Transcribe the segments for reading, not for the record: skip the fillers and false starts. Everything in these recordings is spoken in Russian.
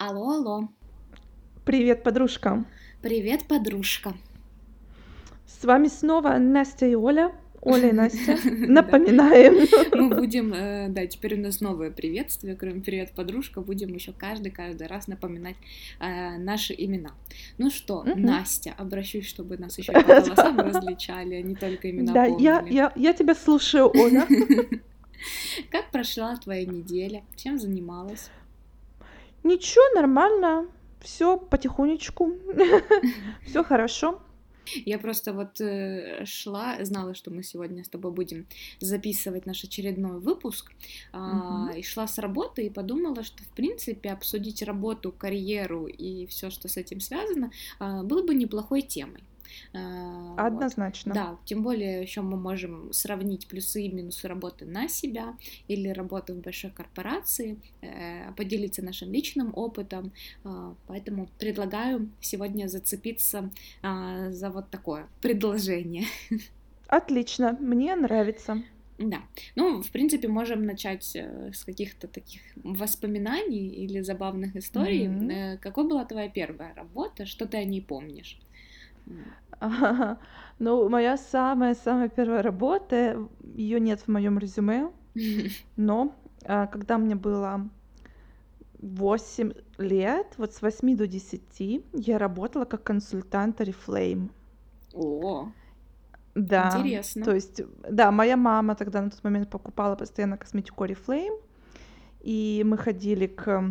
Алло, алло. Привет, подружка. Привет, подружка. С вами снова Настя и Оля. Оля и Настя. Да, Напоминаем. мы будем, да, теперь у нас новое приветствие, кроме привет, подружка, будем еще каждый раз напоминать наши имена. Ну что, Мгм. Настя, обращусь, чтобы нас еще и по голосам различали, а не только имена Да, я, помнили. я, я тебя слушаю, Оля. Как прошла твоя неделя? Чем занималась? Ничего, нормально. Все потихонечку. Все хорошо. Я просто вот шла, знала, что мы сегодня с тобой будем записывать наш очередной выпуск, Мгм. и шла с работы и подумала, что в принципе обсудить работу, карьеру и все, что с этим связано, было бы неплохой темой. Вот. Однозначно. Да, тем более еще мы можем сравнить плюсы и минусы работы на себя или работы в большой корпорации, поделиться нашим личным опытом, поэтому предлагаю сегодня зацепиться за вот такое предложение. Отлично, мне нравится. Да, ну, в принципе, можем начать с каких-то таких воспоминаний или забавных историй. Мгм. Какой была твоя первая работа? Что ты о ней помнишь? М. Ага. Ну, моя самая-самая первая работа, ее нет в моем резюме, но когда мне было 8 лет, вот с 8 до 10 я работала как консультант Oriflame. О, Да, интересно. то есть, да, моя мама тогда на тот момент покупала постоянно косметику Oriflame, и мы ходили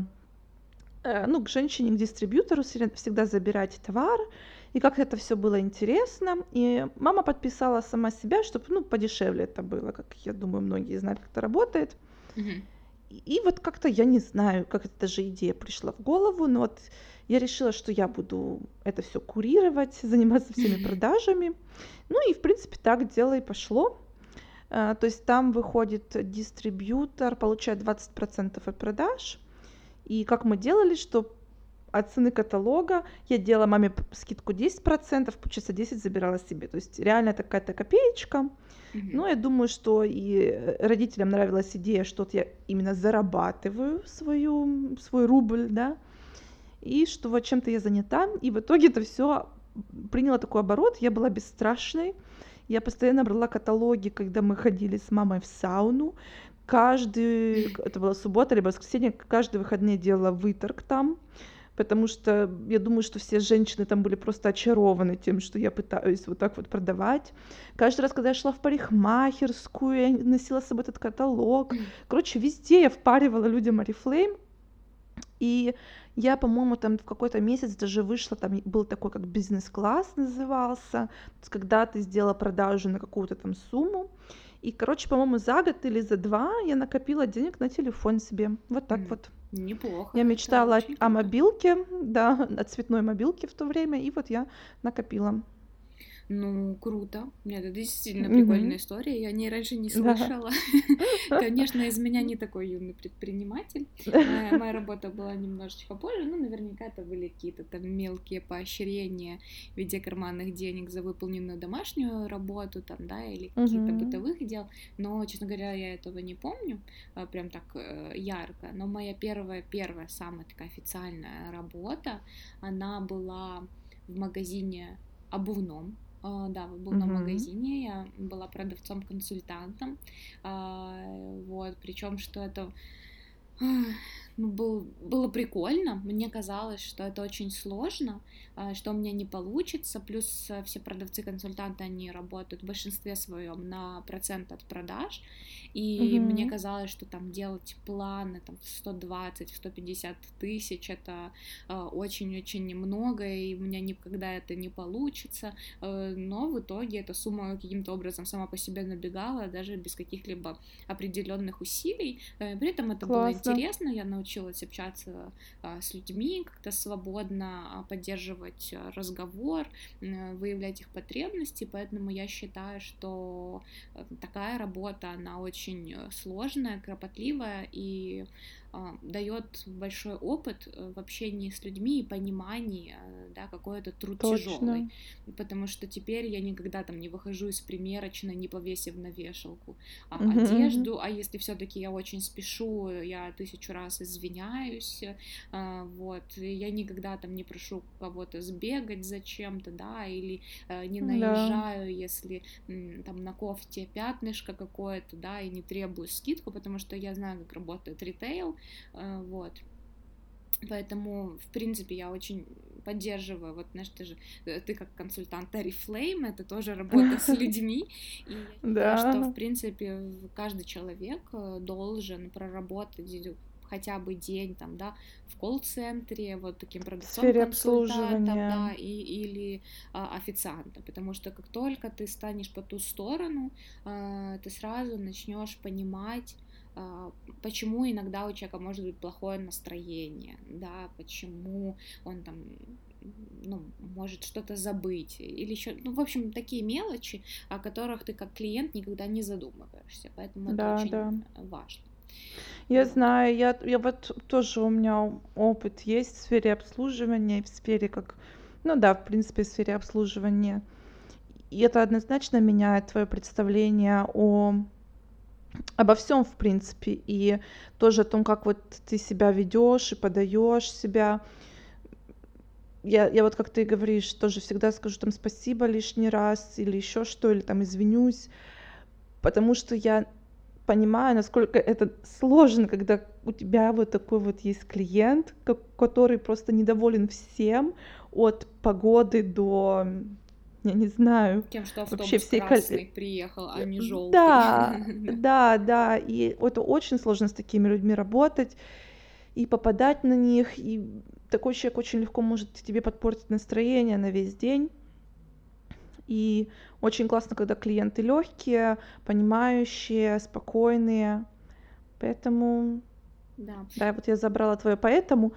к женщине, к дистрибьютору всегда забирать товар, и как это все было интересно. И мама подписала сама себя, чтобы, ну, подешевле это было, как я думаю, многие знают, как это работает. Мгм. И вот как-то я не знаю, как эта же идея пришла в голову, но вот я решила, что я буду это все курировать, заниматься всеми продажами. Ну и, в принципе, так дело и пошло. То есть там выходит дистрибьютор, получает 20% от продаж. И как мы делали, что от цены каталога я делала маме скидку 10%, получается 10 забирала себе. То есть реально такая-то копеечка. Мгм. Но я думаю, что и родителям нравилась идея, что вот я именно зарабатываю свой рубль, да, и что вот чем-то я занята. И в итоге это все приняло такой оборот. Я была бесстрашной. Я постоянно брала каталоги, когда мы ходили с мамой в сауну. Это была суббота либо воскресенье, каждые выходные делала выторг там, потому что я думаю, что все женщины там были просто очарованы тем, что я пытаюсь вот так вот продавать. Каждый раз, когда я шла в парикмахерскую, я носила с собой этот каталог. Короче, везде я впаривала людям Oriflame, и я, по-моему, там в какой-то месяц даже вышла, там был такой, как бизнес-класс назывался, то есть когда ты сделала продажу на какую-то там сумму, и, короче, по-моему, за год или за два я накопила денег на телефон себе, вот так М. вот. Неплохо, Я это мечтала очень о круто. мобилке, да, о цветной мобилке в то время, и вот я накопила. Ну, круто. Нет, это действительно Мгм. прикольная история. Я о ней раньше не Да. слышала. Конечно, из меня не такой юный предприниматель. Моя работа была немножечко позже. Ну, наверняка это были какие-то там мелкие поощрения в виде карманных денег за выполненную домашнюю работу, там, да, или каких-то Мгм. бытовых дел. Но, честно говоря, я этого не помню прям так ярко. Но моя первая самая такая официальная работа, она была в магазине обувном. Да, в обувном Мгм. магазине я была продавцом-консультантом. Вот, причем что это ну, было прикольно. Мне казалось, что это очень сложно, что у меня не получится. Плюс все продавцы-консультанты, они работают в большинстве своем на процент от продаж. И мне Мгм. казалось, что там делать планы там, в 120, в 150 тысяч, это очень-очень немного, и у меня никогда это не получится. Но в итоге эта сумма каким-то образом сама по себе набегала, даже без каких-либо определенных усилий. При этом это было Классно. интересно, я научилась общаться с людьми как-то свободно, поддерживать разговор, выявлять их потребности, поэтому я считаю, что такая работа, она очень сложная, кропотливая, и дает большой опыт в общении с людьми и понимании, да, какой это труд Точно. тяжелый, потому что теперь я никогда там не выхожу из примерочной, не повесив на вешалку Мгм, мгм. одежду, а если все-таки я очень спешу, я 1000 раз извиняюсь, вот, и я никогда там не прошу кого-то сбегать за чем-то, да, или не Да. наезжаю, если там на кофте пятнышко какое-то, да, и не требую скидку, потому что я знаю, как работает ритейл, вот. Поэтому, в принципе, я очень поддерживаю, вот, знаешь, ты как консультант Oriflame, это тоже работа с людьми, и я считаю, что, в Да. принципе, каждый человек должен проработать хотя бы день там, да, в колл-центре, вот таким В сфере продавцом-консультантом, да, обслуживания. или официантом, потому что как только ты станешь по ту сторону, ты сразу начнешь понимать, а, почему иногда у человека может быть плохое настроение, да, почему он там, ну, может что-то забыть, или еще, ну, в общем, такие мелочи, о которых ты как клиент никогда не задумываешься, поэтому это Да, очень да. важно, Я вот. знаю, я вот тоже у меня опыт есть в сфере обслуживания, и в сфере как, ну да, в принципе, в сфере обслуживания. И это однозначно меняет твое представление обо всем, в принципе, и тоже о том, как вот ты себя ведешь и подаешь себя. Я вот, как ты говоришь, тоже всегда скажу там спасибо лишний раз или еще что, или там извинюсь, потому что я понимаю, насколько это сложно, когда у тебя вот такой вот есть клиент, который просто недоволен всем, от погоды до, я не знаю, Тем, что вообще автобус всей красный приехал, а не желтый. Да, да, да, и это очень сложно с такими людьми работать и попадать на них, и такой человек очень легко может тебе подпортить настроение на весь день. И очень классно, когда клиенты легкие, понимающие, спокойные. Поэтому, Да. да, вот я забрала твое поэтому.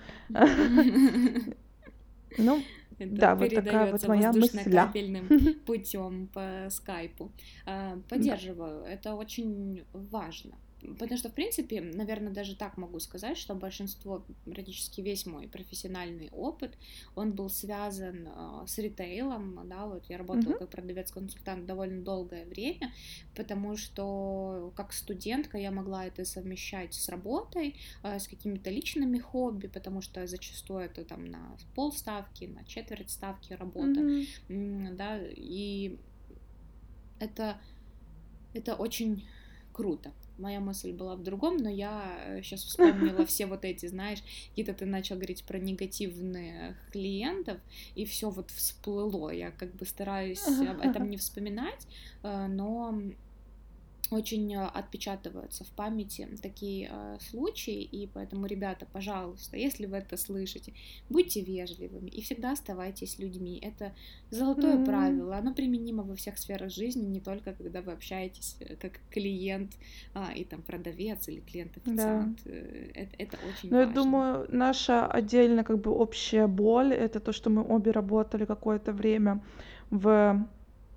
Ну, Это да, вот такая вот передается моя мысля. воздушно-капельным путем по скайпу. Да. Поддерживаю, это очень важно. Потому что, в принципе, наверное, даже так могу сказать, что большинство, практически весь мой профессиональный опыт, он был связан с ритейлом, да, вот я работала Мгм. как продавец-консультант довольно долгое время, потому что как студентка я могла это совмещать с работой, с какими-то личными хобби, потому что зачастую это там на полставки, на четверть ставки работа, Мгм. да, и это, это очень круто. Моя мысль была в другом, но я сейчас вспомнила все вот эти, знаешь, какие-то ты начал говорить про негативных клиентов, и все вот всплыло. Я как бы стараюсь об этом не вспоминать, но очень отпечатываются в памяти такие случаи, и поэтому, ребята, пожалуйста, если вы это слышите, будьте вежливыми и всегда оставайтесь людьми. Это золотое М. правило, оно применимо во всех сферах жизни, не только когда вы общаетесь как клиент и там продавец или Да. клиент-официант. Это очень Но я важно. думаю, наша отдельно как бы общая боль — это то, что мы обе работали какое-то время в,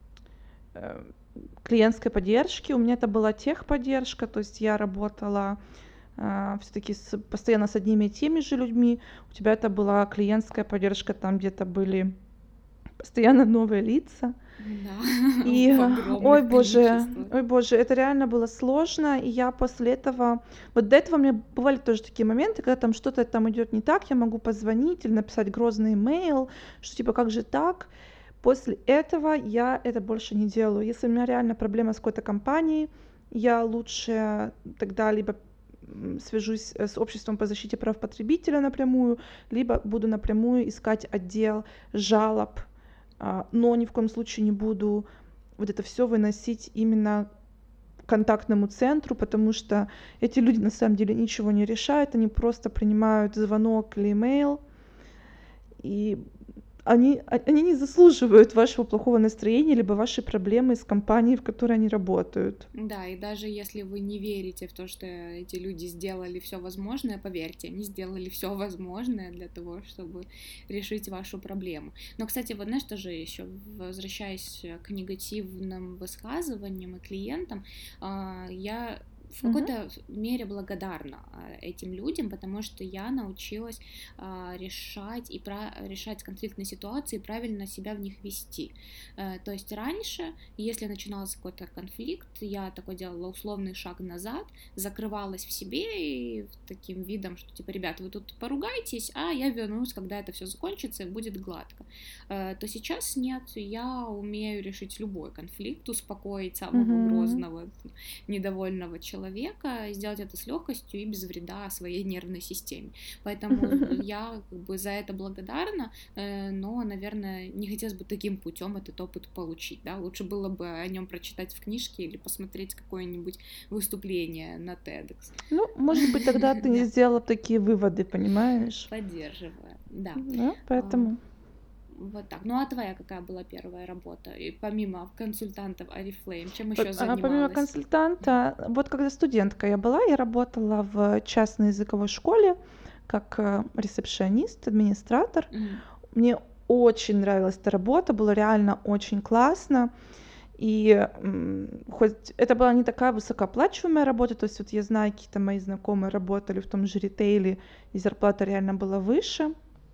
э, клиентской поддержке. У меня это была техподдержка, то есть я работала, всё-таки постоянно с одними и теми же людьми. У тебя это была клиентская поддержка, там где-то были постоянно новые лица. Да, И, в огромных количествах. ой боже, это реально было сложно. И я после этого вот до этого у меня бывали тоже такие моменты, когда там что-то там идет не так, я могу позвонить или написать грозный имейл, что типа: "Как же так?" После этого я это больше не делаю. Если у меня реально проблема с какой-то компанией, я лучше тогда либо, свяжусь, с обществом по защите прав потребителя напрямую, либо буду напрямую искать отдел жалоб, но ни в коем случае не буду вот это все выносить именно контактному центру, потому что эти люди на самом деле ничего не решают, они просто принимают звонок или имейл, и они не заслуживают вашего плохого настроения либо вашей проблемы с компанией, в которой они работают. Да, и даже если вы не верите в то, что эти люди сделали все возможное, поверьте, они сделали все возможное для того, чтобы решить вашу проблему. Но, кстати, вот знаешь, тоже еще возвращаясь к негативным высказываниям и клиентам, я в какой-то мере благодарна этим людям, потому что я научилась решать конфликтные ситуации и правильно себя в них вести. То есть раньше, если начинался какой-то конфликт, я такой делала условный шаг назад, закрывалась в себе и таким видом, что типа, ребят, вы тут поругайтесь, а я вернусь, когда это все закончится и будет гладко. То сейчас нет, я умею решить любой конфликт, успокоить самого грозного, недовольного человека, сделать это с легкостью и без вреда своей нервной системе. Поэтому я как бы за это благодарна, но, наверное, не хотелось бы таким путем этот опыт получить, да, лучше было бы о нем прочитать в книжке или посмотреть какое-нибудь выступление на TEDx. Ну, может быть, тогда ты не сделала такие выводы, понимаешь? Поддерживаю, да. Поэтому... Вот так. Ну а твоя какая была первая работа? И помимо консультантов Oriflame, чем еще занималась? Помимо консультанта, вот когда студентка я была, я работала в частной языковой школе как ресепшионист, администратор. Мне очень нравилась эта работа, было реально очень классно. И хоть это была не такая высокооплачиваемая работа, то есть вот я знаю, какие-то мои знакомые работали в том же ритейле, и зарплата реально была выше,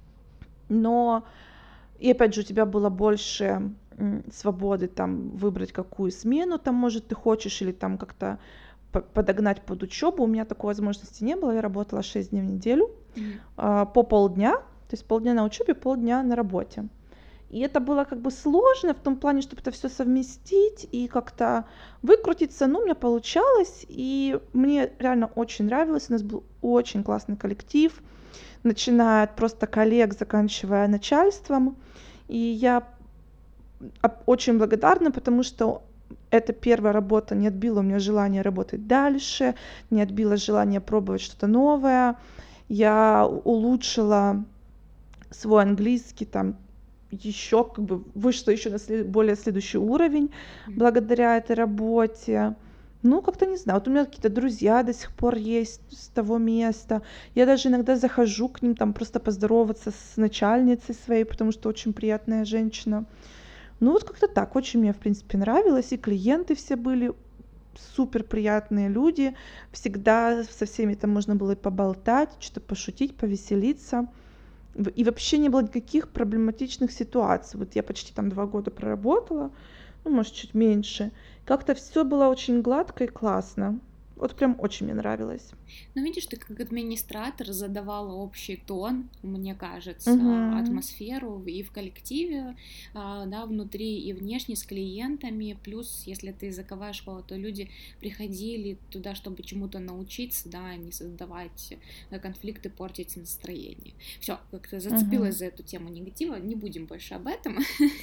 но и опять же у тебя было больше свободы там выбрать, какую смену там, может, ты хочешь, или там как-то подогнать под учебу. У меня такой возможности не было, я работала 6 дней в неделю по полдня, то есть полдня на учебе, полдня на работе. И это было как бы сложно в том плане, чтобы это все совместить и как-то выкрутиться. Но у меня получалось, и мне реально очень нравилось. У нас был очень классный коллектив, начиная от просто коллег, заканчивая начальством. И я очень благодарна, потому что эта первая работа не отбила у меня желание работать дальше, не отбила желание пробовать что-то новое. Я улучшила свой английский там, еще как бы вышла еще на более следующий уровень благодаря этой работе. Ну, как-то не знаю, вот у меня какие-то друзья до сих пор есть с того места. Я даже иногда захожу к ним там просто поздороваться с начальницей своей, потому что очень приятная женщина. Ну, вот как-то так, очень мне, в принципе, нравилось, и клиенты все были супер приятные люди, всегда со всеми там можно было поболтать, что-то пошутить, повеселиться. И вообще не было никаких проблематичных ситуаций. Вот я почти там 2 года проработала, ну, может, чуть меньше. Как-то все было очень гладко и классно. Вот прям очень мне нравилось. Ну, видишь, ты как администратор задавала общий тон, мне кажется, атмосферу и в коллективе, да, внутри и внешне с клиентами. Плюс, если ты языковая школа, то люди приходили туда, чтобы чему-то научиться, да, не создавать конфликты, портить настроение. Все, как-то зацепилась за эту тему негатива, не будем больше об этом.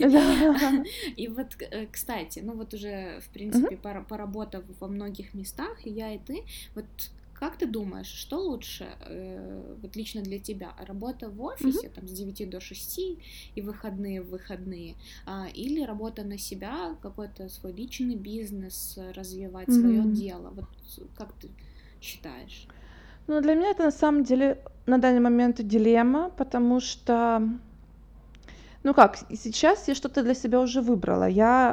И вот, кстати, ну вот уже, в принципе, поработав во многих местах, и я, и ты, вот как ты думаешь, что лучше вот лично для тебя? Работа в офисе там, с 9 до 6 и выходные в выходные? Или работа на себя, какой-то свой личный бизнес, развивать свое дело? Вот как ты считаешь? Ну, для меня это на самом деле на данный момент дилемма, потому что, ну как, сейчас я что-то для себя уже выбрала.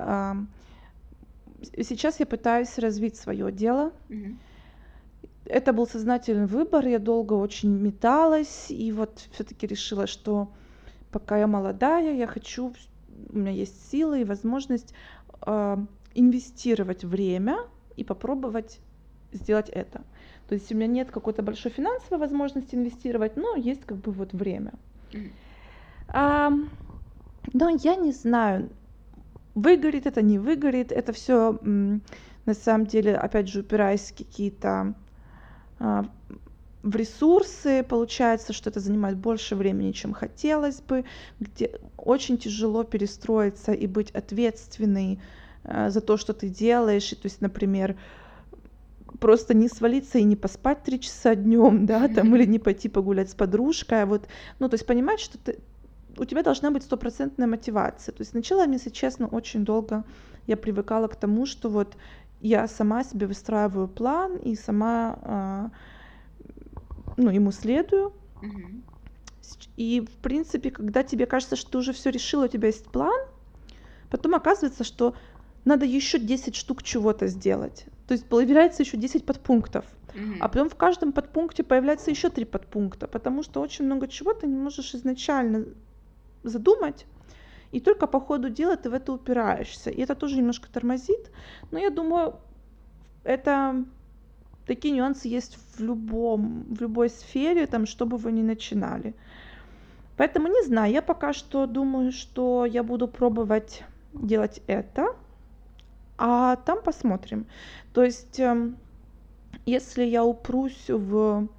Сейчас я пытаюсь развить свое дело. Это был сознательный выбор, я долго очень металась, и вот все-таки решила, что пока я молодая, я хочу, у меня есть силы и возможность инвестировать время и попробовать сделать это. То есть у меня нет какой-то большой финансовой возможности инвестировать, но есть как бы вот время. Но я не знаю, выгорит это, не выгорит, это все на самом деле, опять же, упираясь в какие-то в ресурсы, получается, что это занимает больше времени, чем хотелось бы, где очень тяжело перестроиться и быть ответственной за то, что ты делаешь. И, то есть, например, просто не свалиться и не поспать 3 часа днем, да, там, или не пойти погулять с подружкой, вот, ну, то есть понимать, что у тебя должна быть 100% мотивация. То есть сначала, если честно, очень долго я привыкала к тому, что вот я сама себе выстраиваю план и сама ну, ему следую. И, в принципе, когда тебе кажется, что ты уже все решила, у тебя есть план, потом оказывается, что надо еще 10 штук чего-то сделать. То есть появляется еще 10 подпунктов. А потом в каждом подпункте появляется еще 3 подпункта, потому что очень много чего ты не можешь изначально задумать, и только по ходу дела ты в это упираешься. И это тоже немножко тормозит, но я думаю, это такие нюансы есть в любой сфере, там, что бы вы ни начинали. Поэтому не знаю, я пока что думаю, что я буду пробовать делать это, а там посмотрим. То есть, если я упрусь в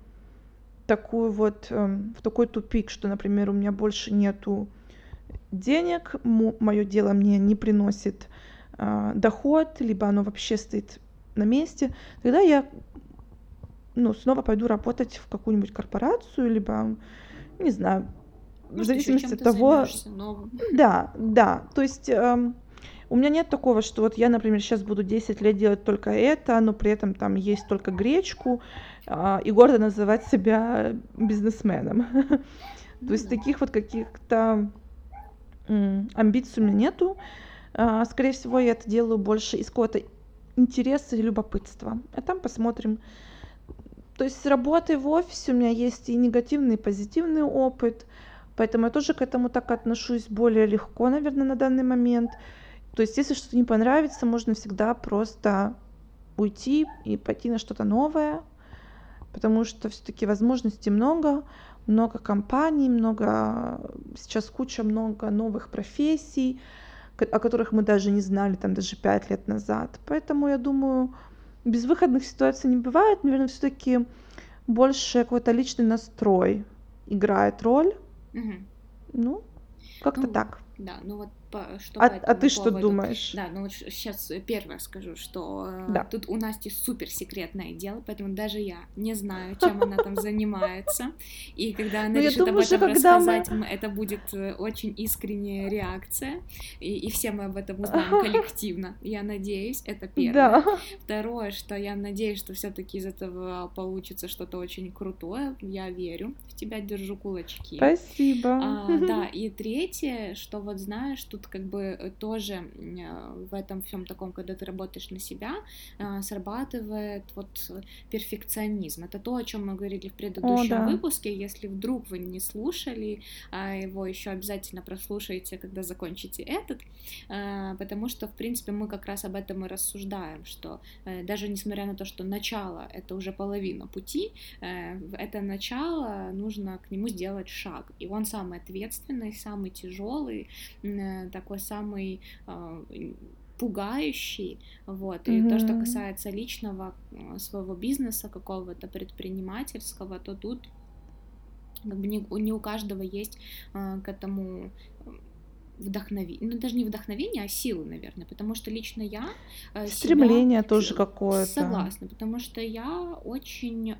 такой тупик, что, например, у меня больше нету денег, мое дело мне не приносит доход, либо оно вообще стоит на месте, тогда я снова пойду работать в какую-нибудь корпорацию, либо, не знаю, в зависимости от того... Да, то есть у меня нет такого, что вот я, например, сейчас буду 10 лет делать только это, но при этом там есть только гречку, и гордо называть себя бизнесменом. То есть таких вот каких-то амбиций у меня нету. Скорее всего, я это делаю больше из какого-то интереса и любопытства. А там посмотрим. То есть с работой в офисе у меня есть и негативный, и позитивный опыт, поэтому я тоже к этому так отношусь более легко, наверное, на данный момент. То есть если что-то не понравится, можно всегда просто уйти и пойти на что-то новое, потому что все-таки возможностей много компаний, сейчас много новых профессий, о которых мы даже не знали там даже 5 лет назад. Поэтому я думаю, безвыходных ситуаций не бывает, наверное, все-таки больше какой-то личный настрой играет роль. Как-то так. Да, вот что а ты что думаешь? Да, вот сейчас первое скажу, что тут у Насти супер секретное дело, поэтому даже я не знаю, чем она там занимается, и когда она решит об этом рассказать, это будет очень искренняя реакция, и все мы об этом узнаем коллективно, я надеюсь, это первое. Второе, что я надеюсь, что все-таки из этого получится что-то очень крутое, я верю в тебя, держу кулачки. Спасибо. Да, и третье, что вот знаешь, тут как бы тоже в этом всем таком, когда ты работаешь на себя, срабатывает вот перфекционизм. Это то, о чем мы говорили в предыдущем выпуске. Если вдруг вы не слушали его, еще обязательно прослушайте, когда закончите этот, потому что, в принципе, мы как раз об этом и рассуждаем, что даже несмотря на то, что начало — это уже половина пути, это начало, нужно к нему сделать шаг, и он самый ответственный, самый тяжелый, такой самый пугающий, вот, и то, что касается личного своего бизнеса, какого-то предпринимательского, то тут как бы не у каждого есть к этому вдохновение, даже не вдохновение, а силы, наверное, потому что лично я стремление тоже какое-то. Согласна, потому что я очень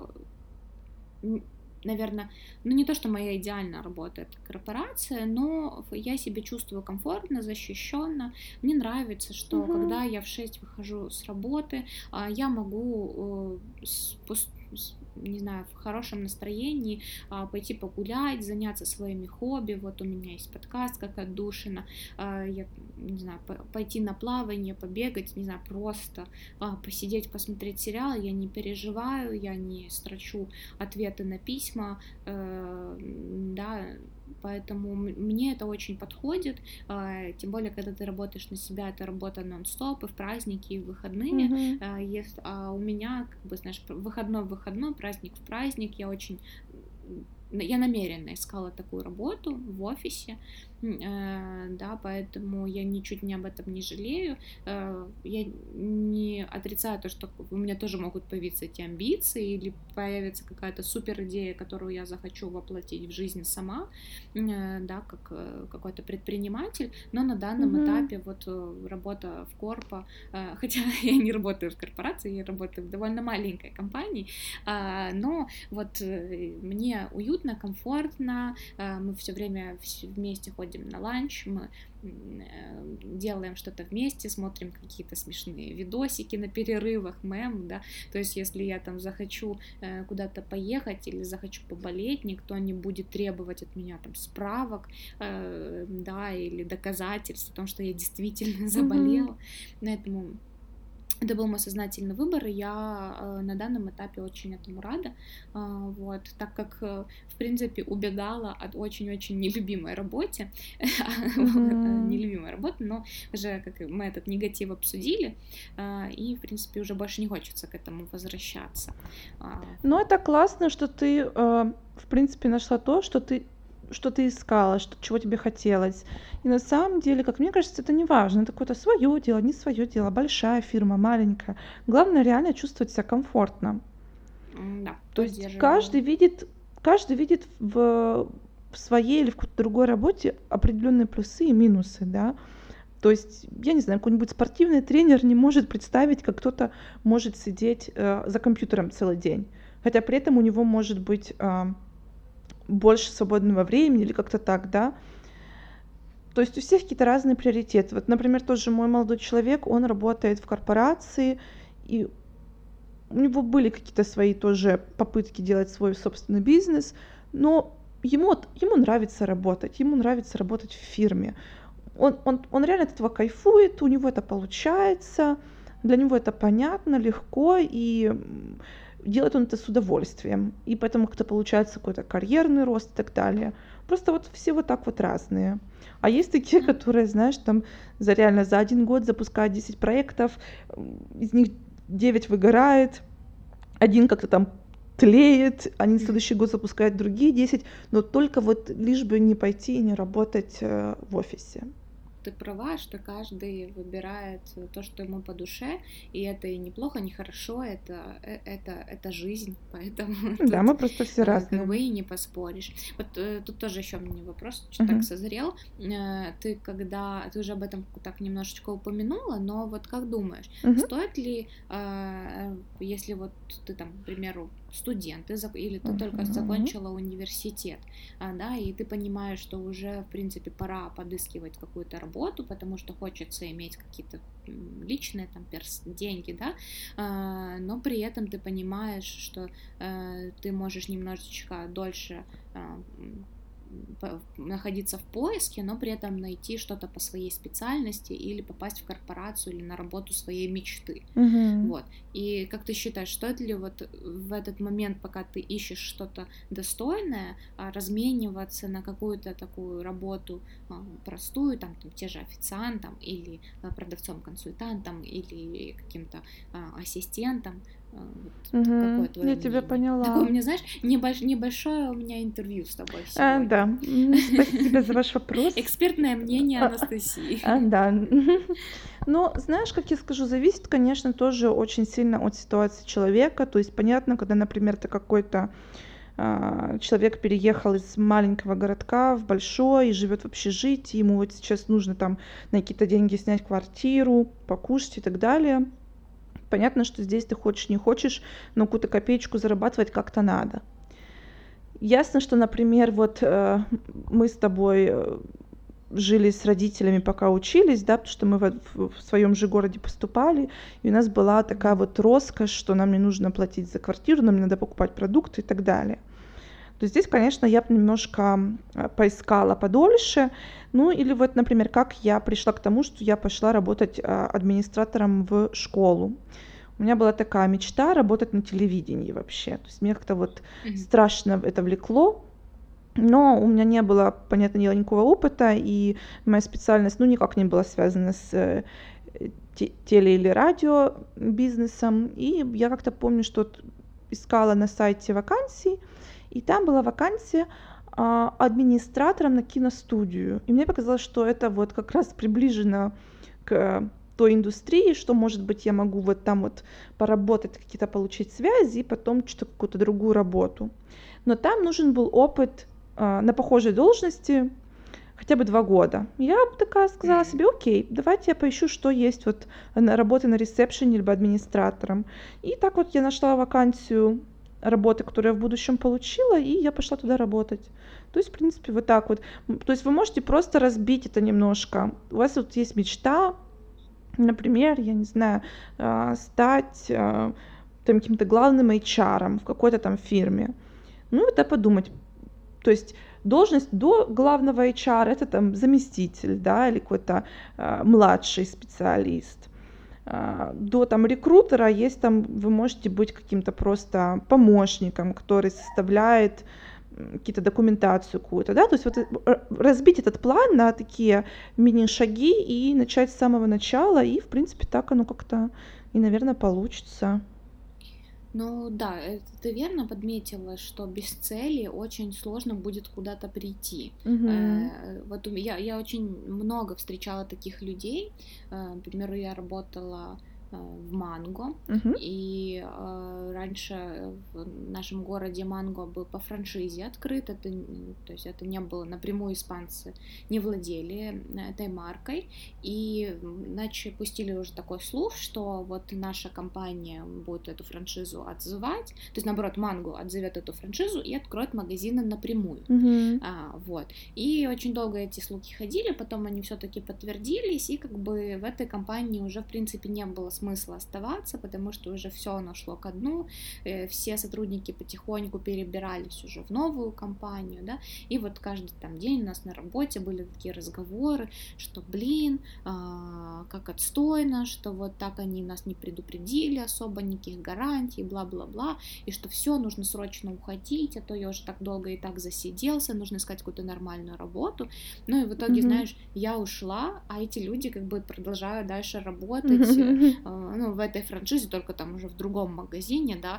наверное, не то, что моя идеальная работа — это корпорация, но я себя чувствую комфортно, защищенно. Мне нравится, что когда я в 6 выхожу с работы, я могу не знаю, в хорошем настроении пойти погулять, заняться своими хобби. Вот у меня есть подкаст как отдушина, я не знаю, пойти на плавание, побегать, не знаю, просто посидеть, посмотреть сериал. Я не переживаю, я не строчу ответы на письма, да, поэтому мне это очень подходит, тем более, когда ты работаешь на себя, это работа нон-стоп, и в праздники, и в выходные, а у меня, как бы, знаешь, выходной в выходной, праздник в праздник, я намеренно искала такую работу в офисе, да, поэтому я ничуть не об этом не жалею, я не отрицаю то, что у меня тоже могут появиться эти амбиции или появится какая-то супер идея, которую я захочу воплотить в жизнь сама, да, как какой-то предприниматель, но на данном этапе вот работа в корпо, хотя я не работаю в корпорации, я работаю в довольно маленькой компании, но вот мне уютно, уютно, комфортно, мы все время вместе ходим на ланч, мы делаем что-то вместе, смотрим какие-то смешные видосики на перерывах, мем, да, то есть если я там захочу куда-то поехать или захочу поболеть, никто не будет требовать от меня там справок, да, или доказательств о том, что я действительно заболела, поэтому это был мой сознательный выбор, и я на данном этапе очень этому рада, вот, так как, в принципе, убегала от очень-очень нелюбимой работы, но уже как мы этот негатив обсудили, и, в принципе, уже больше не хочется к этому возвращаться. Ну, это классно, что ты, в принципе, нашла то, что ты искала, чего тебе хотелось. И на самом деле, как мне кажется, это не важно. Это какое-то свое дело, не свое дело, большая фирма, маленькая. Главное реально чувствовать себя комфортно. Да, то есть каждый видит в своей или в какой-то другой работе определенные плюсы и минусы, да. То есть, я не знаю, какой-нибудь спортивный тренер не может представить, как кто-то может сидеть за компьютером целый день. Хотя при этом у него может быть больше свободного времени или как-то так, да. То есть у всех какие-то разные приоритеты. Вот, например, тоже мой молодой человек, он работает в корпорации, и у него были какие-то свои тоже попытки делать свой собственный бизнес, но ему нравится работать в фирме. Он реально от этого кайфует, у него это получается, для него это понятно, легко, и делает он это с удовольствием, и поэтому как-то получается какой-то карьерный рост и так далее. Просто вот все вот так вот разные. А есть такие, которые, знаешь, там реально за 1 год запускают 10 проектов, из них 9 выгорает, 1 как-то там тлеет, они на следующий год запускают другие 10, но только вот лишь бы не пойти и не работать в офисе. Ты права, что каждый выбирает то, что ему по душе, и это и неплохо, не хорошо, это жизнь, поэтому да, мы просто все разные. Как бы и не поспоришь. Вот тут тоже еще мне вопрос, что так созрел. Ты уже об этом так немножечко упомянула, но вот как думаешь, стоит ли, если вот ты там, к примеру, студент, или ты только закончила университет, да, и ты понимаешь, что уже, в принципе, пора подыскивать какую-то работу, потому что хочется иметь какие-то личные там деньги, да, но при этом ты понимаешь, что ты можешь немножечко дольше находиться в поиске, но при этом найти что-то по своей специальности или попасть в корпорацию или на работу своей мечты. Вот. И как ты считаешь, стоит ли вот в этот момент, пока ты ищешь что-то достойное, размениваться на какую-то такую работу простую, там те же официантом или продавцом-консультантом или каким-то ассистентом? Какое твое мнение? Тебя поняла. Такое у меня, знаешь, небольшое у меня интервью с тобой сегодня. Да, спасибо за ваш вопрос. Экспертное мнение Анастасии. Да. Ну, знаешь, как я скажу, зависит, конечно, тоже очень сильно от ситуации человека. То есть понятно, когда, например, ты какой-то человек переехал из маленького городка в большой и живет в общежитии, ему вот сейчас нужно там на какие-то деньги снять квартиру, покушать и так далее. Понятно, что здесь ты хочешь, не хочешь, но какую-то копеечку зарабатывать как-то надо. Ясно, что, например, вот мы с тобой жили с родителями, пока учились, да, потому что мы в своем же городе поступали, и у нас была такая вот роскошь, что нам не нужно платить за квартиру, нам не надо покупать продукты и так далее. То здесь, конечно, я бы немножко поискала подольше. Ну или вот, например, как я пришла к тому, что я пошла работать администратором в школу. У меня была такая мечта работать на телевидении вообще. То есть меня как-то вот страшно это влекло, но у меня не было, понятное дело, никакого опыта, и моя специальность, ну, никак не была связана с теле- или радиобизнесом. И я как-то помню, что искала на сайте вакансий, и там была вакансия администратором на киностудию. И мне показалось, что это вот как раз приближено к той индустрии, что, может быть, я могу вот там вот поработать, какие-то получить связи, и потом что-то какую-то другую работу. Но там нужен был опыт на похожей должности хотя бы 2 года. Я такая сказала себе: окей, давайте я поищу, что есть вот работы на ресепшене либо администратором. И так вот я нашла вакансию работы, которую я в будущем получила, и я пошла туда работать. То есть, в принципе, вот так вот. То есть вы можете просто разбить это немножко. У вас вот есть мечта, например, я не знаю, стать там каким-то главным HR в какой-то там фирме. Ну, это подумать. То есть должность до главного HR это там заместитель, да, или какой-то младший специалист. До там рекрутера есть там, вы можете быть каким-то просто помощником, который составляет какие-то документацию какую-то, да, то есть вот разбить этот план на такие мини-шаги и начать с самого начала, и, в принципе, так оно как-то и, наверное, получится. Ну да, это ты верно подметила, что без цели очень сложно будет куда-то прийти. Мгм. Вот я очень много встречала таких людей. К примеру, я работала в Манго, Мгм. и раньше в нашем городе Манго был по франшизе открыт, то есть это не было напрямую, испанцы не владели этой маркой, и иначе пустили уже такой слух, что вот наша компания будет эту франшизу отзывать, то есть наоборот Манго отзовет эту франшизу и откроет магазины напрямую. Мгм. Вот. И очень долго эти слухи ходили, потом они все-таки подтвердились, и как бы в этой компании уже в принципе не было смысла оставаться, потому что уже все оно шло ко дну, все сотрудники потихоньку перебирались уже в новую компанию, да, и вот каждый там день у нас на работе были такие разговоры, что, блин, как отстойно, что вот так они нас не предупредили, особо никаких гарантий, бла-бла-бла, и что все, нужно срочно уходить, а то я уже так долго и так засиделся, нужно искать какую-то нормальную работу. Ну и в итоге, Мгм. знаешь, я ушла, а эти люди как бы продолжают дальше работать, Мгм. ну, в этой франшизе, только там уже в другом магазине, да,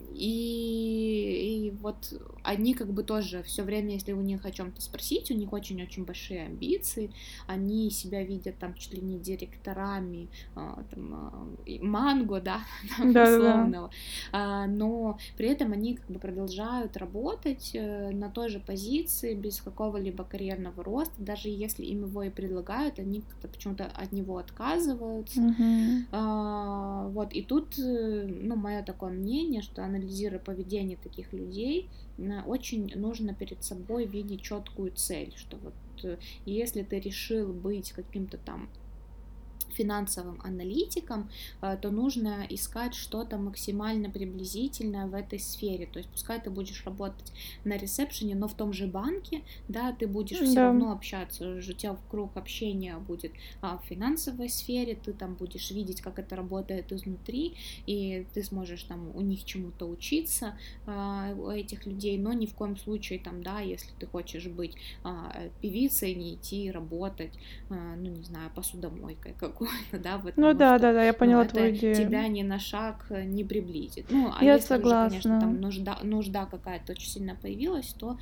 и вот они как бы тоже все время, если у них о чем-то спросить, у них очень-очень большие амбиции, они себя видят там чуть ли не директорами Манго, да, там, Да-да-да. условного, но при этом они как бы продолжают работать на той же позиции без какого-либо карьерного роста, даже если им его и предлагают, они как-то почему-то от него отказываются. Мгм. Вот, и тут, ну, мое такое мнение, что анализируя поведение таких людей, очень нужно перед собой видеть четкую цель, что вот если ты решил быть каким-то там финансовым аналитиком, то нужно искать что-то максимально приблизительное в этой сфере. То есть пускай ты будешь работать на ресепшене, но в том же банке, да, ты будешь все Да. равно общаться, у тебя в круг общения будет в финансовой сфере, ты там будешь видеть, как это работает изнутри, и ты сможешь там у них чему-то учиться, у этих людей, но ни в коем случае там, да, если ты хочешь быть певицей, не идти работать, ну, не знаю, посудомойкой какой-то, да, Ну потому что, да-да-да, я ну, поняла твою это идею. тебя ни на шаг не приблизит. Ну, а Я если уже, конечно, согласна. там нужда какая-то очень сильно появилась, то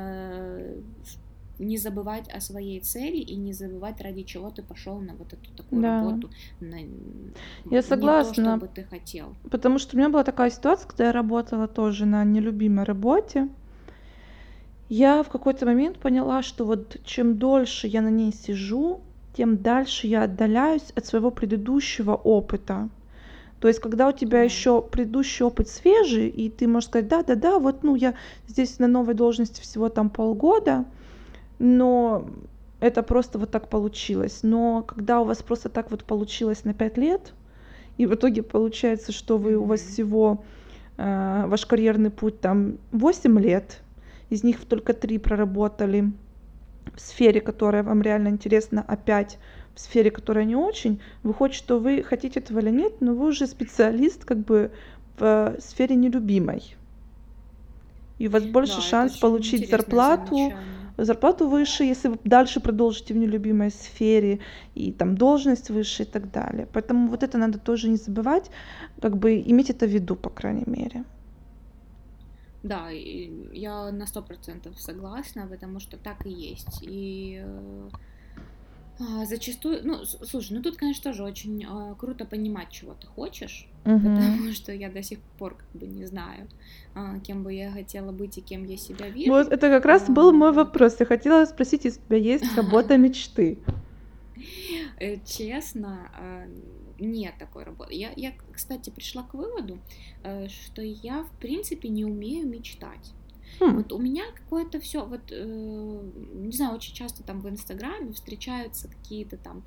не забывать о своей цели и не забывать, ради чего ты пошел на вот эту такую Да. работу, Я не то, что согласна, бы ты хотел. потому что у меня была такая ситуация, когда я работала тоже на нелюбимой работе. Я в какой-то момент поняла, что вот чем дольше я на ней сижу, тем дальше я отдаляюсь от своего предыдущего опыта. То есть, когда у тебя Да. еще предыдущий опыт свежий, и ты можешь сказать, да-да-да, вот, ну, я здесь на новой должности всего там полгода, но это просто вот так получилось. Но когда у вас просто так вот получилось на 5 лет, и в итоге получается, что у вас Мгм. всего ваш карьерный путь там 8 лет, из них только 3 проработали в сфере, которая вам реально интересна, а 5 в сфере, которая не очень, выходит, что вы хотите этого или нет, но вы уже специалист как бы в сфере нелюбимой. И у вас больше Да, это шанс очень получить интересное замечание. зарплату выше, если вы дальше продолжите в нелюбимой сфере, и там должность выше и так далее. Поэтому вот это надо тоже не забывать, как бы иметь это в виду, по крайней мере. Да, и я на 100% согласна, потому что так и есть. И зачастую, ну, слушай, ну тут, конечно, тоже очень круто понимать, чего ты хочешь, Мгм. потому что я до сих пор как бы не знаю, кем бы я хотела быть и кем я себя Вот вижу. это как раз был мой Вот. вопрос. Я хотела спросить, если у тебя есть работа мечты. Честно, нет такой работы. Я, кстати, пришла к выводу, что я, в принципе, не умею мечтать. Хм. Вот у меня какое-то все, вот, не знаю, очень часто там в Инстаграме встречаются какие-то там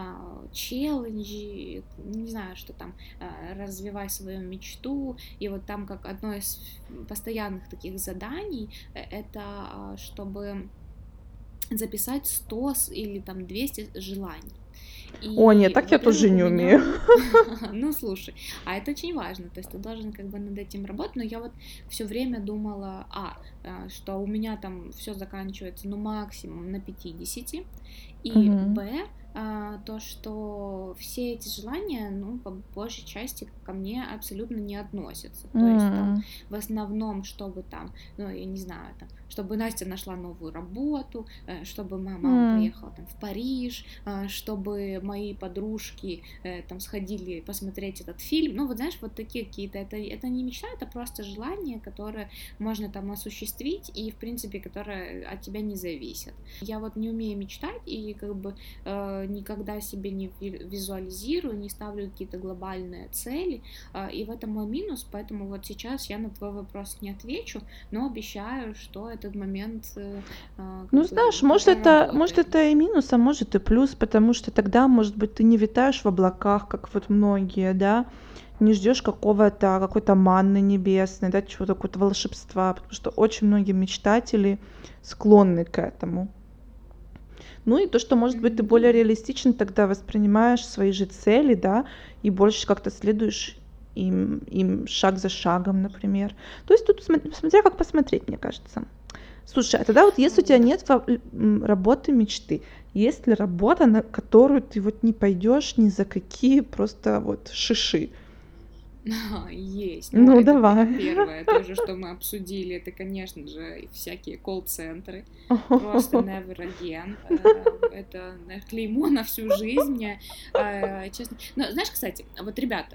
челленджи, не знаю, что там, развивай свою мечту, и вот там как одно из постоянных таких заданий, это чтобы записать 100 или там 200 желаний. О, нет, И, так я тоже во-первых, у не умею. меня, ну слушай, а это очень важно, то есть ты должен как бы над этим работать, но я вот все время думала, что у меня там все заканчивается, ну, максимум на 50, и Мгм. б, то, что все эти желания, ну, по большей части ко мне абсолютно не относятся, то есть там М. в основном, чтобы там, ну, я не знаю, там, чтобы Настя нашла новую работу, чтобы моя мама М. поехала там в Париж, чтобы мои подружки там сходили посмотреть этот фильм. Ну, вот знаешь, вот такие какие-то, это не мечта, это просто желание, которое можно там осуществить и, в принципе, которое от тебя не зависит. Я вот не умею мечтать и как бы никогда себе не визуализирую, не ставлю какие-то глобальные цели, и в этом мой минус, поэтому вот сейчас я на твой вопрос не отвечу, но обещаю, что этот момент Ну, как знаешь, бы может проработаем. это и минус, а может и плюс, потому что тогда, может быть, ты не витаешь в облаках, как вот многие, да, не ждешь какой-то манны небесной, да, чего-то, какого-то волшебства, потому что очень многие мечтатели склонны к этому. Ну и то, что, может быть, ты Ну более да. реалистично тогда воспринимаешь свои же цели, да, и больше как-то следуешь им шаг за шагом, например. То есть тут смотря как посмотреть, мне кажется. Слушай, а тогда вот если у тебя Да. нет работы мечты, есть ли работа, на которую ты вот не пойдешь ни за какие просто вот шиши? Есть. Но Ну, это давай. первое тоже, что мы обсудили, это, конечно же, всякие колл-центры. Просто never again. Это клеймо на всю жизнь. Мне, честно. Но знаешь, кстати, вот, ребята,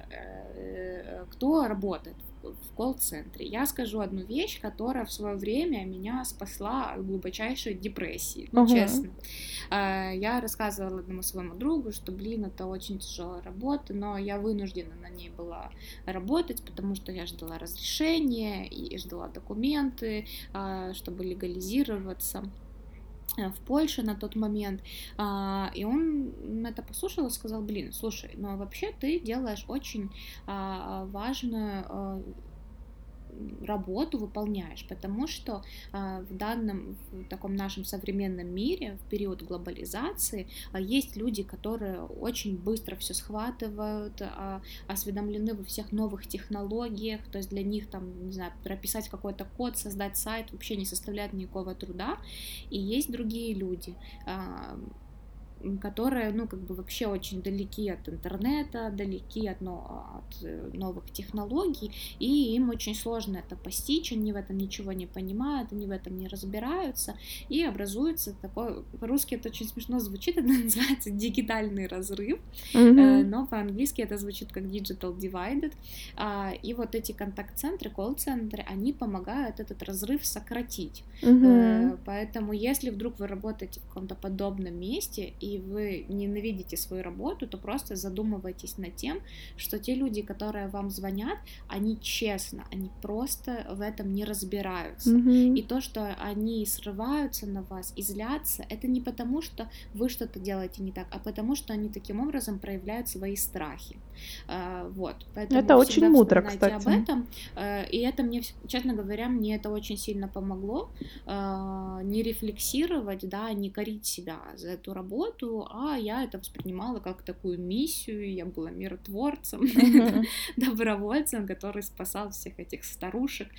кто работает в колл-центре, я скажу одну вещь, которая в свое время меня спасла от глубочайшей депрессии. Ну, Ага. честно. Я рассказывала одному своему другу, что, блин, это очень тяжелая работа, но я вынуждена на ней была работать, потому что я ждала разрешения и ждала документы, чтобы легализироваться в Польше на тот момент, и он это послушал и сказал, блин, слушай, ну вообще ты делаешь очень важную работу выполняешь, потому что в данном, в таком нашем современном мире, в период глобализации, есть люди, которые очень быстро все схватывают, осведомлены во всех новых технологиях, то есть для них там, не знаю, прописать какой-то код, создать сайт вообще не составляет никакого труда, и есть другие люди, которые, ну, как бы вообще очень далеки от интернета, далеки от новых технологий, и им очень сложно это постичь, они в этом ничего не понимают, они в этом не разбираются, и образуется такой, по-русски это очень смешно звучит, это называется дигитальный разрыв, Мгм. но по-английски это звучит как digital divided, и вот эти контакт-центры, колл-центры, они помогают этот разрыв сократить, Мгм. поэтому если вдруг вы работаете в каком-то подобном месте, и вы ненавидите свою работу, то просто задумывайтесь над тем, что те люди, которые вам звонят, они честно, они просто в этом не разбираются. Мгм. И то, что они срываются на вас и злятся, это не потому, что вы что-то делаете не так, а потому, что они таким образом проявляют свои страхи. Вот, поэтому Это очень всегда мудро, вспоминайте об кстати. этом, и это мне, честно говоря, мне это очень сильно помогло, не рефлексировать, да, не корить себя за эту работу, а я это воспринимала как такую миссию, я была миротворцем, Мгм. добровольцем, который спасал всех этих старушек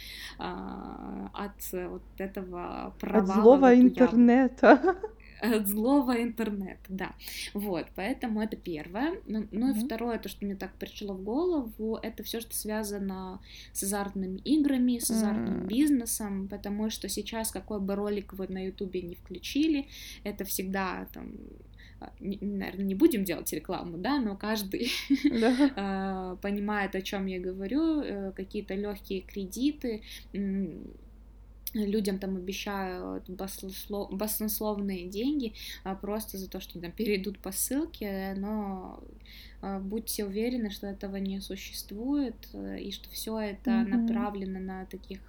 от вот этого От провала в злого эту яму. интернета. От злого интернета, да. Вот, поэтому это первое. Ну и Мгм. второе, то, что мне так пришло в голову, это все, что связано с азартными играми, с азартным М. бизнесом, потому что сейчас, какой бы ролик вы на Ютубе не включили, это всегда там, наверное, не будем делать рекламу, да, но каждый Да. понимает, о чем я говорю, какие-то легкие кредиты, людям там обещают баснословные деньги просто за то, что там перейдут по ссылке, но будьте уверены, что этого не существует, и что все это Мгм. направлено на таких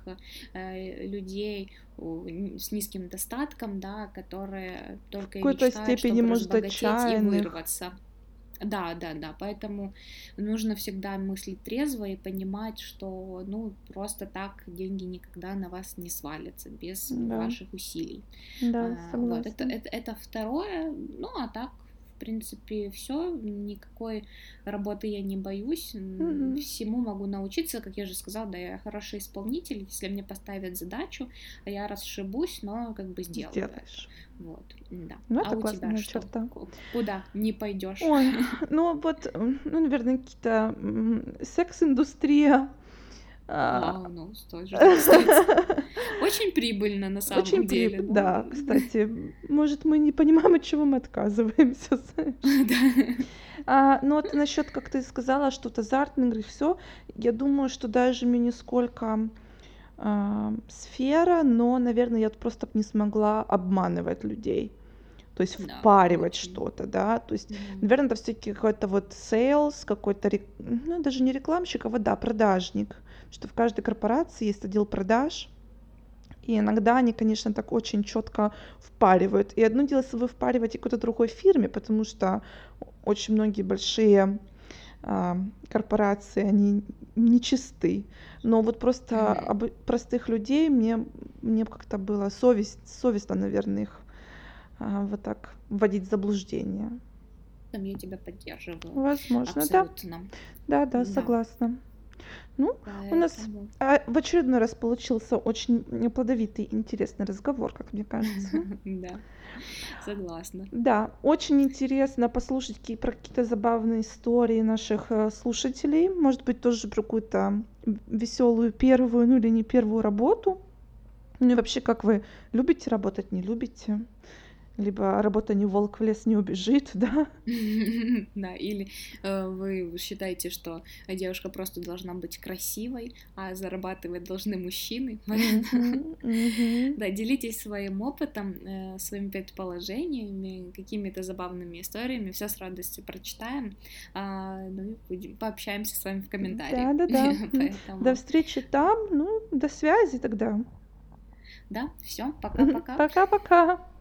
людей с низким достатком, да, которые В только и какой-то мечтают, степени, чтобы может, разбогатеть и отчаянных. вырваться. Да, да, да, поэтому нужно всегда мыслить трезво и понимать, что, ну, просто так деньги никогда на вас не свалятся без Да, ваших усилий. да, Вот, это, согласна. это, это второе, ну, а так, в принципе, все, никакой работы я не боюсь, Мгм. всему могу научиться, как я же сказала, да, я хороший исполнитель, если мне поставят задачу, я расшибусь, но как бы сделаю это, Сделаешь. вот, да. Ну, А это у тебя классная что? черта. Куда не пойдешь? Ой, ну вот, ну, наверное, какие-то секс-индустрия. а, Ну, тоже, кстати. Очень прибыльно на Очень самом деле, ну, да, кстати, может, мы не понимаем, от чего мы отказываемся, знаешь. да. Ну вот насчет, как ты сказала, что вот азартные игры, все, я думаю, что даже мне не сколько сфера, но, наверное, я вот просто б не смогла обманывать людей. То есть Да, впаривать очень. что-то, да. То есть, Мгм. наверное, это всё-таки какой-то вот сейлс, какой-то ну, даже не рекламщик, а вот, да, продажник. Что в каждой корпорации есть отдел продаж, и иногда они, конечно, так очень четко впаривают. И одно дело, если вы впариваете какой-то другой фирме, потому что очень многие большие а, корпорации, они нечисты. Но вот просто Мгм. простых людей мне как-то было совестно, наверное, их вот так вводить в заблуждение. Там я тебя поддерживаю. Возможно, да. Абсолютно. Да-да, Да. согласна. Ну, у нас Поэтому. в очередной раз получился очень плодовитый и интересный разговор, как мне кажется. Да, согласна. Да, очень интересно послушать про какие-то забавные истории наших слушателей. Может быть, тоже про какую-то веселую первую, ну или не первую работу. Ну и вообще, как вы любите работать, не любите? Либо работа не волк, в лес не убежит, да? Да, или вы считаете, что девушка просто должна быть красивой, а зарабатывать должны мужчины. Мгм, мгм. Да, делитесь своим опытом, своими предположениями, какими-то забавными историями. Все с радостью прочитаем. Ну и пообщаемся с вами в комментариях. Да-да-да. До Поэтому, встречи там, ну, до связи тогда. да, все, пока-пока. Пока-пока.